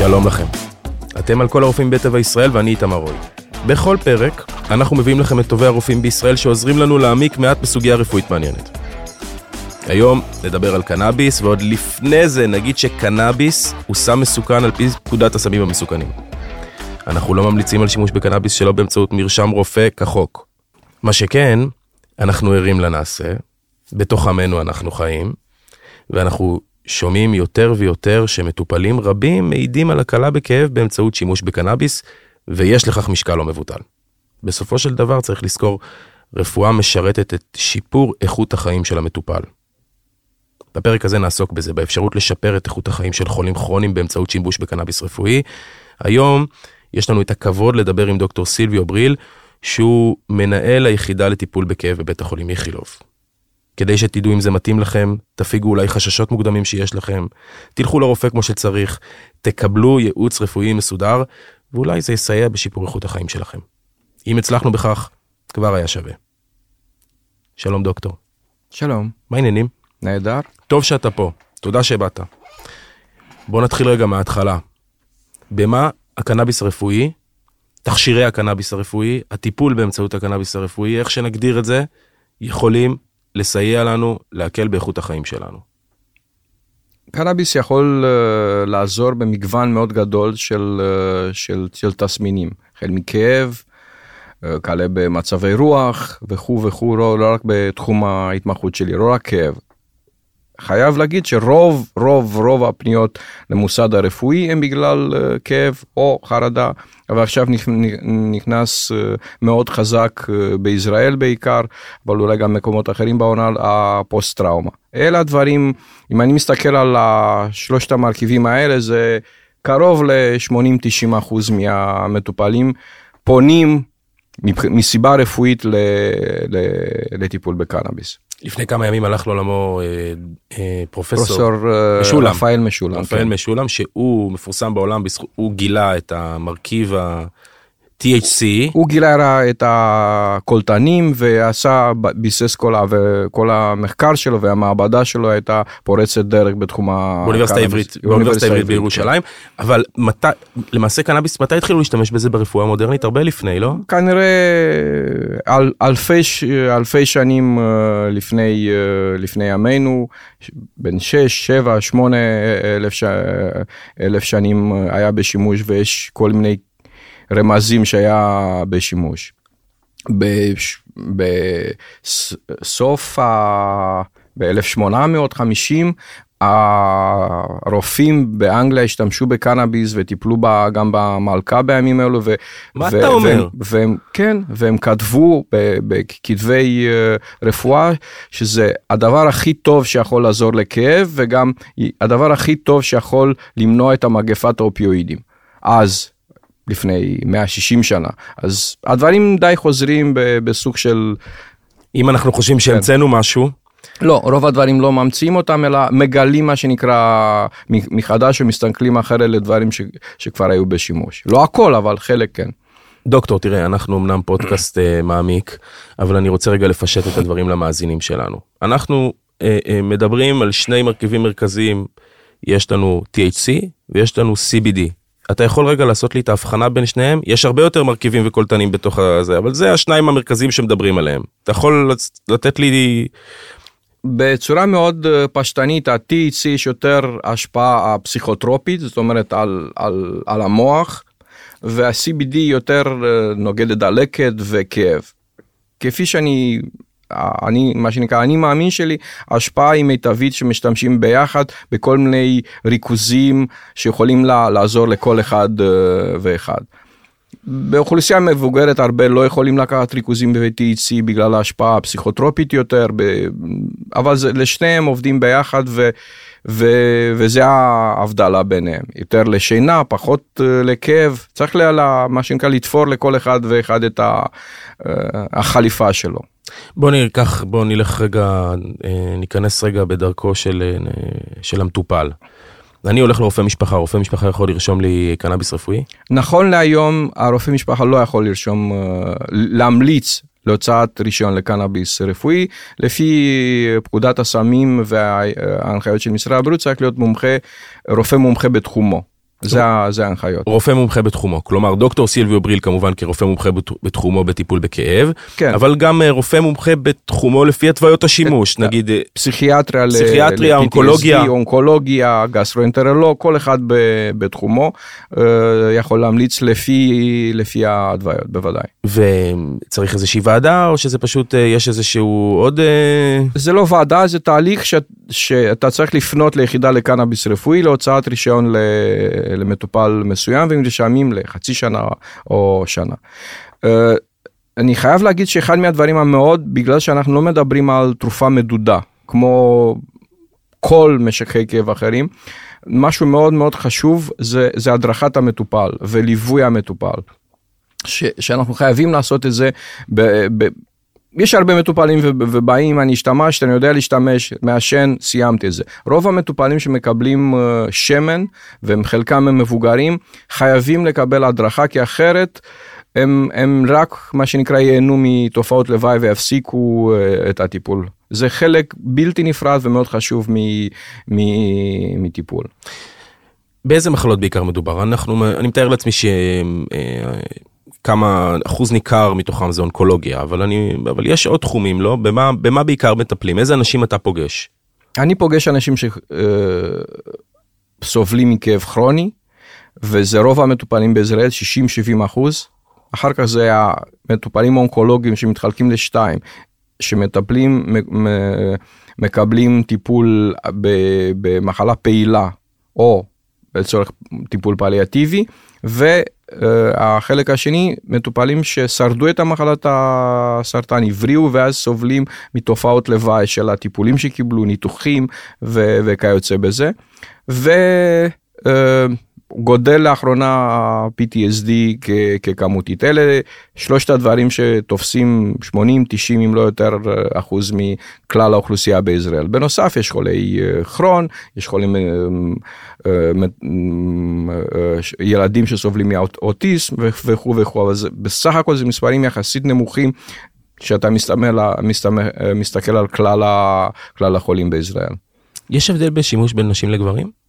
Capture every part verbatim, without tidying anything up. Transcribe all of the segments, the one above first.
שלום לכם. אתם על כל הרופאים בית טבע ישראל ואני איתמר רוי. בכל פרק אנחנו מביאים לכם את טובי הרופאים בישראל שעוזרים לנו להעמיק מעט בסוגיה רפואית מעניינת. היום נדבר על קנאביס, ועוד לפני זה נגיד שקנאביס הוא סם מסוכן על פי פקודת הסמים המסוכנים. אנחנו לא ממליצים על שימוש בקנאביס שלא באמצעות מרשם רופא כחוק. מה שכן, אנחנו ערים לנעשה, בתוך עמנו אנחנו חיים, ואנחנו שומעים יותר ויותר שמטופלים רבים מעידים על הקלה בכאב באמצעות שימוש בקנאביס, ויש לכך משקל לא מבוטל. בסופו של דבר צריך לזכור, רפואה משרתת את שיפור איכות החיים של המטופל. בפרק הזה נעסוק בזה, באפשרות לשפר את איכות החיים של חולים כרוניים באמצעות שימוש בקנאביס רפואי. היום יש לנו את הכבוד לדבר עם דוקטור סילביו בריל, שהוא מנהל היחידה לטיפול בכאב בבית החולים איכילוב. כדי שתדעו אם זה מתאים לכם, תפיגו אולי חששות מוקדמים שיש לכם, תלכו לרופא כמו שצריך, תקבלו ייעוץ רפואי מסודר, ואולי זה יסייע בשיפור איכות החיים שלכם. אם הצלחנו בכך, כבר היה שווה. שלום דוקטור. שלום. מה העניינים? נהדר. טוב שאתה פה, תודה שבאת. בוא נתחיל רגע מההתחלה. במה הקנאביס הרפואי, תכשירי הקנאביס הרפואי, הטיפול באמצעות הקנאביס הרפואי, איך שנגדיר את זה, יכולים לסייע לנו להקל באיכות החיים שלנו? קנאביס יכול uh, לעזור במגוון מאוד גדול של, uh, של, של תסמינים, החל מכאב, uh, כאלה במצבי רוח וכו' וכו', לא, לא רק בתחום ההתמחות שלי, לא רק כאב. חייב להגיד שרוב, רוב, רוב הפניות למוסד הרפואי הם בגלל uh, כאב או חרדה, אבל עכשיו נכנס uh, מאוד חזק uh, בישראל בעיקר, אבל אולי גם מקומות אחרים בעונה, הפוסט-טראומה. אלה הדברים, אם אני מסתכל על שלושת המרכיבים האלה, זה קרוב ל-שמונים עד תשעים אחוז מהמטופלים פונים מסיבה רפואית לטיפול בקנאביס. לפני כמה ימים הלך לעולמו אה, אה, פרופסור, פרופסור משולם, רפאל משולם. רפאל כן. משולם, שהוא מפורסם בעולם, הוא גילה את המרכיב ה-טי אייץ' סי. הוא גילה את הקולטנים ועשה, ביסס כל, כל המחקר שלו, והמעבדה שלו הייתה פורצת דרך בתחום הקנאביס. באוניברסיטה העברית, באוניברסיטה העברית בירושלים. אבל מת, למעשה קנאביס, מתי התחילו להשתמש בזה ברפואה מודרנית? הרבה לפני, לא? כנראה אל, אלפי, אלפי שנים לפני, לפני ימינו, בין שש, שבע, שמונה אלף, ש... אלף שנים היה בשימוש, ויש כל מיני רמזים שהיה בשימוש. בסוף ה... ב-אלף שמונה מאות וחמישים, הרופאים באנגליה השתמשו בקנאביס וטיפלו בה גם במלכה בימים האלו. ו- מה ו- אתה אומר? והם, כן, והם כתבו בכתבי רפואה שזה הדבר הכי טוב שיכול לעזור לכאב, וגם הדבר הכי טוב שיכול למנוע את המגפת האופיואידים. אז, לפני מאה ושישים שנה. אז הדברים די חוזרים בסוג של... אם אנחנו חושבים שהמצאנו משהו, לא, רוב הדברים לא ממציאים אותם, אלא מגלים מה שנקרא מחדש ומסתכלים אחרת לדברים ש, שכבר היו בשימוש. לא הכל, אבל חלק כן. דוקטור, תראה, אנחנו אמנם פודקאסט uh, מעמיק, אבל אני רוצה רגע לפשט את הדברים למאזינים שלנו. אנחנו uh, uh, מדברים על שני מרכיבים מרכזיים, יש לנו טי אייץ' סי ויש לנו סי בי די. אתה יכול רגע לעשות לי את ההבחנה בין שניהם? יש הרבה יותר מרכיבים וקולטנים בתוך הזה, אבל זה השניים המרכזיים שמדברים עליהם. אתה יכול לתת לי... בצורה מאוד פשטנית, ה-טי אייץ' סי יש יותר השפעה פסיכוטרופית, זאת אומרת על, על, על המוח, וה-סי בי די יותר נוגד דלקת וכאב. כפי שאני, אני, מה שנקרא, אני מאמין שלי, ההשפעה היא מיטבית שמשתמשים ביחד בכל מיני ריכוזים שיכולים לה, לעזור לכל אחד ואחד. באוכלוסייה מבוגרת הרבה לא יכולים לקחת ריכוזים ב-טי אייץ' סי בגלל ההשפעה הפסיכוטרופית יותר, ב... אבל זה, לשניהם עובדים ביחד ו... ו... וזה ההבדלה ביניהם. יותר לשינה, פחות לכאב, צריך לה, מה שנקרא לתפור לכל אחד ואחד את החליפה שלו. בוא ניקח, בוא נלך רגע, ניכנס רגע בדרכו של, של המטופל. אני הולך לרופא משפחה, רופא משפחה יכול לרשום לי קנאביס רפואי? נכון להיום, הרופא משפחה לא יכול לרשום, להמליץ להוצאת רישיון לקנאביס רפואי, לפי פקודת הסמים וההנחיות של משרד הבריאות, צריך להיות מומחה, רופא מומחה בתחומו. זה, זה ההנחיות. רופא מומחה בתחומו, כלומר דוקטור סילביו בריל כמובן כרופא מומחה בתחומו בטיפול בכאב, כן. אבל גם רופא מומחה בתחומו לפי התוויות השימוש, נגיד פסיכיאטריה, פסיכיאטריה, אונקולוגיה, אונקולוגיה, גסטרואנטרולוג, כל אחד בתחומו יכול להמליץ לפי, לפי התוויות, בוודאי. וצריך איזושהי ועדה, או שזה פשוט יש איזשהו עוד... זה לא ועדה, זה תהליך ש... שאתה צריך לפנות ליחידה לקנאביס רפואי, להוצאת רישיון ל... למטופל מסוים, והם נרשמים לחצי שנה או שנה. אני חייב להגיד שאחד מהדברים המאוד, בגלל שאנחנו לא מדברים על תרופה מדודה, כמו כל משככי כאב אחרים, משהו מאוד מאוד חשוב זה, זה הדרכת המטופל וליווי המטופל. ש, שאנחנו חייבים לעשות את זה ב... ב יש הרבה מטופלים ובאים, אני השתמשת, אני יודע להשתמש, מעשן, סיימתי את זה. רוב המטופלים שמקבלים שמן, והם חלקם הם מבוגרים, חייבים לקבל הדרכה, כי אחרת הם, הם רק מה שנקרא ייהנו מתופעות לוואי ויפסיקו את הטיפול. זה חלק בלתי נפרד ומאוד חשוב מ, מ, מטיפול. באיזה מחלות בעיקר מדובר? אנחנו, אני מתאר לעצמי ש... כמה אחוז ניכר מתוכם זה אונקולוגיה, אבל אני, אבל יש עוד תחומים, לא? במה, במה בעיקר מטפלים? איזה אנשים אתה פוגש? אני פוגש אנשים שסובלים מכאב כרוני, וזה רוב המטופלים בישראל, שישים שבעים אחוז. אחר כך זה המטופלים האונקולוגיים שמתחלקים לשתיים, שמטפלים, מקבלים טיפול במחלה פעילה, או לצורך טיפול פליאטיבי, והחלק השני, מטופלים ששרדו את המחלת הסרטן, הבריאו ואז סובלים מתופעות לוואי של הטיפולים שקיבלו, ניתוחים וכיוצא בזה. וגודל לאחרונה ה-פי טי אס די ככמותית. אלה שלושת הדברים שתופסים שמונים תשעים אם לא יותר אחוז מכלל האוכלוסייה בישראל. בנוסף יש חולי כרון, יש חולים ילדים שסובלים מאוטיסם וכו' וכו', אבל בסך הכל זה מספרים יחסית נמוכים שאתה מסתכל על כלל החולים בישראל. יש הבדל בשימוש בין נשים לגברים?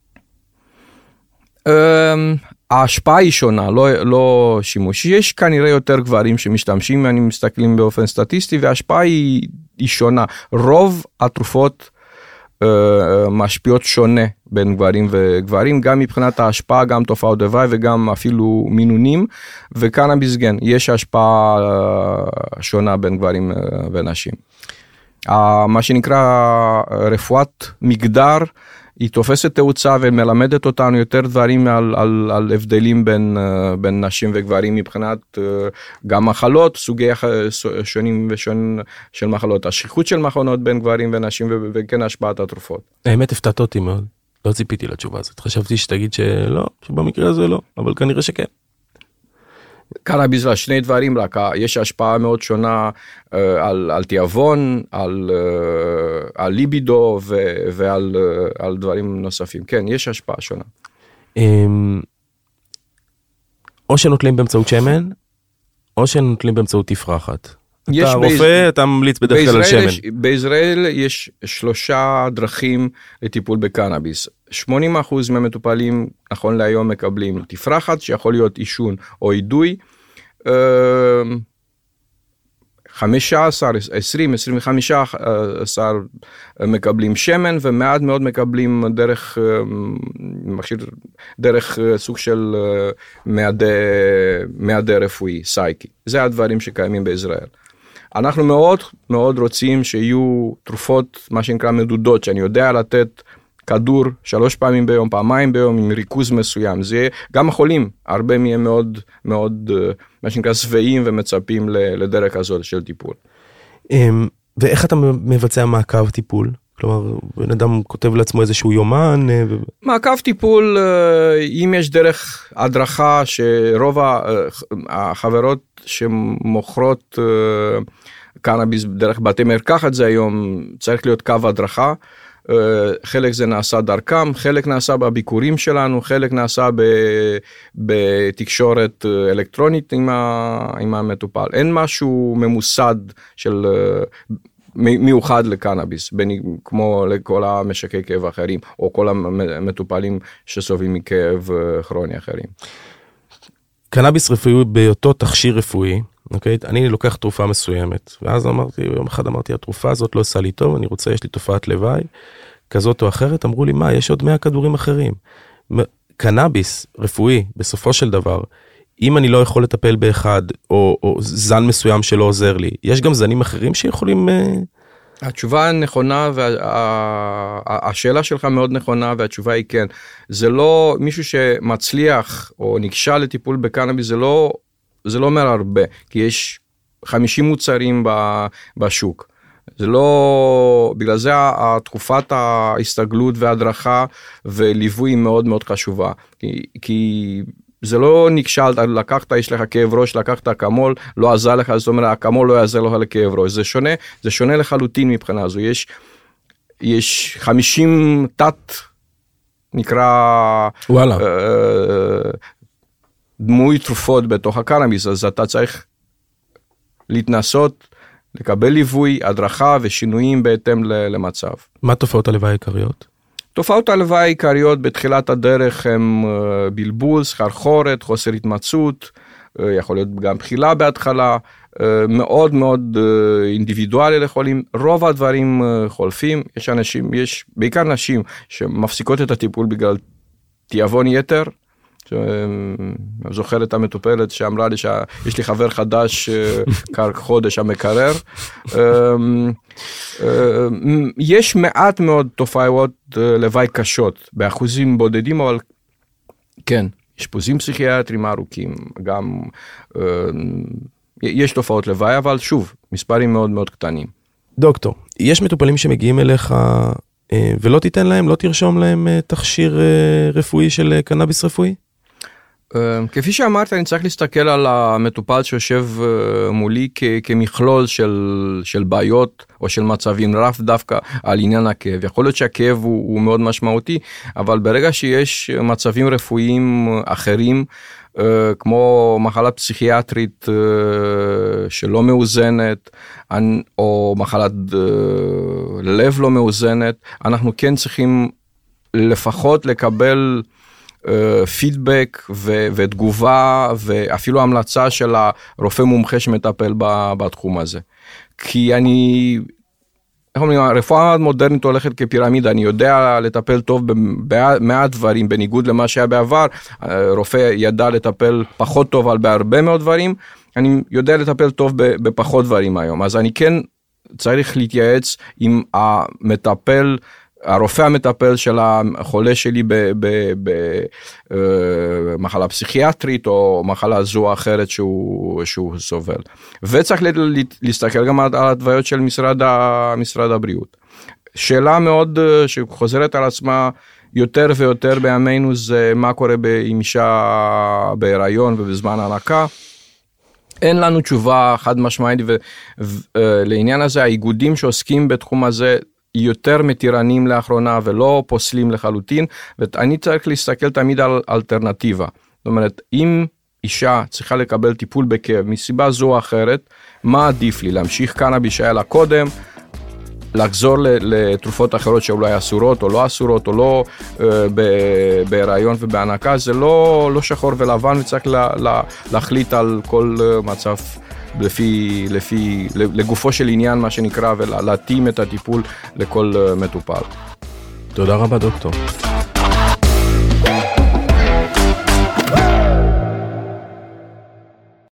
ההשפעה היא שונה, לא, לא שימוש. יש כנראה יותר גברים שמשתמשים, אני מסתכלים באופן סטטיסטי, וההשפעה היא, היא שונה. רוב התרופות uh, משפיעות שונה בין גברים וגברים, גם מבחינת ההשפעה, גם תופעות לוואי וגם אפילו מינונים, וקנאביס כן, יש השפעה uh, שונה בין גברים uh, ונשים. Uh, מה שנקרא רפואת מגדר, היא תופסת תאוצה ומלמדת אותנו יותר דברים על, על, על הבדלים בין, בין נשים וגברים מבחינת גם מחלות, סוגי שונים ושונים של מחלות, השכיחות של מחלות בין גברים ונשים וכן השפעת התרופות. האמת הפתעת אותי מאוד, לא ציפיתי לתשובה הזאת, חשבתי שתגיד שלא, שבמקרה הזה לא, אבל כנראה שכן. קנאביס לה שני דברים, רק יש השפעה מאוד שונה uh, על, על תיאבון, על, uh, על ליבידו ו, ועל uh, על דברים נוספים. כן, יש השפעה שונה. Um, או שנוטלים באמצעות שמן, או שנוטלים באמצעות תפרחת. אתה רופא, אתה ממליץ בדרך כלל על שמן. יש, בישראל יש שלושה דרכים לטיפול בקנאביס. שמונים אחוז מהמטופלים נכון להיום מקבלים תפרחת, שיכול להיות עישון או אידוי. חמישה עשר, עשרים, עשרים וחמישה עשר מקבלים שמן, ומעט מאוד מקבלים דרך, מכשיר, דרך סוג של מעדה רפואי, סייקי. זה הדברים שקיימים בישראל. אנחנו מאוד מאוד רוצים שיהיו תרופות, מה שנקרא מדודות, שאני יודע לתת כדור שלוש פעמים ביום, פעמיים ביום, עם ריכוז מסוים. זה גם החולים, הרבה מהם מאוד, מאוד, מה שנקרא, שבעים ומצפים לדרך הזאת של טיפול. ואיך אתה מבצע מעקב טיפול? כלומר, בן אדם כותב לעצמו איזשהו יומן? מעקב טיפול, אם יש דרך הדרכה, שרוב החברות שמוכרות קנאביס דרך בתי מרקחת זה היום, צריך להיות קו הדרכה, חלק זה נעשה דרכם, חלק נעשה בביקורים שלנו, חלק נעשה בתקשורת אלקטרונית עם המטופל. אין משהו ממוסד של מיוחד לקנאביס, כמו לכל המשקי כאב האחרים, או כל המטופלים שסובלים מכאב כרוני אחרים. קנאביס רפואי בהיותו תכשיר רפואי, אוקיי? אני לוקח תרופה מסוימת, ואז אמרתי, יום אחד אמרתי, התרופה הזאת לא עושה לי טוב, אני רוצה, יש לי תופעת לוואי, כזאת או אחרת, אמרו לי, מה, יש עוד מאה כדורים אחרים. קנאביס רפואי, בסופו של דבר, אם אני לא יכול לטפל באחד, או, או זן מסוים שלא עוזר לי, יש גם זנים אחרים שיכולים... התשובה נכונה, והשאלה שלך מאוד נכונה, והתשובה היא כן. זה לא מישהו שמצליח, או נקשה לטיפול בקנאביס, זה לא, זה לא אומר הרבה, כי יש חמישים מוצרים בשוק. זה לא, בגלל זה התקופת ההסתגלות וההדרכה וליווי מאוד מאוד חשובה, כי, כי זה לא נקשל, לקחת, יש לך כאב ראש, לקחת אקמול, לא עזר לך, זאת אומרת, אקמול לא יעזר לך לכאב ראש, זה שונה, זה שונה לחלוטין מבחינה הזו, יש, יש חמישים תת, נקרא, וואלה. אה, דמוי תרופות בתוך הקנאביס, אז אתה צריך להתנסות, לקבל ליווי, הדרכה ושינויים בהתאם למצב. מה תופעות הלוואי העיקריות? תופעות הלוואי העיקריות בתחילת הדרך הם בלבול, סחרחורת, חוסר התמצאות, יכול להיות גם בחילה בהתחלה, מאוד מאוד אינדיבידואלי לחולים, רוב הדברים חולפים, יש אנשים, יש בעיקר נשים שמפסיקות את הטיפול בגלל תיאבון יתר, אני זוכר את המטופלת שאמרה לי שיש לי חבר חדש חודש המקרר. יש מעט מאוד תופעות לוואי קשות, באחוזים בודדים, אבל כן, אשפוזים פסיכיאטריים ארוכים, גם יש תופעות לוואי, אבל שוב, מספרים מאוד מאוד קטנים. דוקטור, יש מטופלים שמגיעים אליך ולא תיתן להם, לא תרשום להם תכשיר רפואי של קנאביס רפואי? כפי שאמרת, אני צריך להסתכל על המטופל שיושב מולי כמכלול של, של בעיות או של מצבים, רף דווקא על עניין הכאב. יכול להיות שהכאב הוא, הוא מאוד משמעותי, אבל ברגע שיש מצבים רפואיים אחרים, כמו מחלה פסיכיאטרית שלא מאוזנת, או מחלת לב לא מאוזנת, אנחנו כן צריכים לפחות לקבל פידבק ו- ותגובה ואפילו המלצה של הרופא מומחה שמטפל בתחום הזה. כי אני, הרפואה המודרנית הולכת כפירמידה, אני יודע לטפל טוב במעט דברים, בניגוד למה שהיה בעבר, רופא ידע לטפל פחות טוב על בהרבה מאוד דברים, אני יודע לטפל טוב בפחות דברים היום, אז אני כן צריך להתייעץ עם המטפל, הרופא המטפל של החולה שלי במחלה פסיכיאטרית או מחלה זו או אחרת שהוא, שהוא סובל. וצריך להסתכל גם על הדברים של משרד, משרד הבריאות. שאלה מאוד שחוזרת על עצמה יותר ויותר בימינו זה מה קורה עם אישה בהיריון ובזמן הנקה. אין לנו תשובה חד משמעית ולעניין הזה האיגודים שעוסקים בתחום הזה יותר מתירנים לאחרונה ולא פוסלים לחלוטין, ואני צריך להסתכל תמיד על אלטרנטיבה. זאת אומרת, אם אישה צריכה לקבל טיפול בכאב מסיבה זו או אחרת, מה עדיף לי? להמשיך קנאביס שהיה לה קודם, לחזור לתרופות אחרות שאולי אסורות או לא אסורות או לא אה, בהיריון ובהנקה, זה לא, לא שחור ולבן, וצריך לה, לה, להחליט על כל מצב לפי, לפי, לגופו של עניין מה שנקרא, ולהתאים את הטיפול לכל מטופל. תודה רבה דוקטור.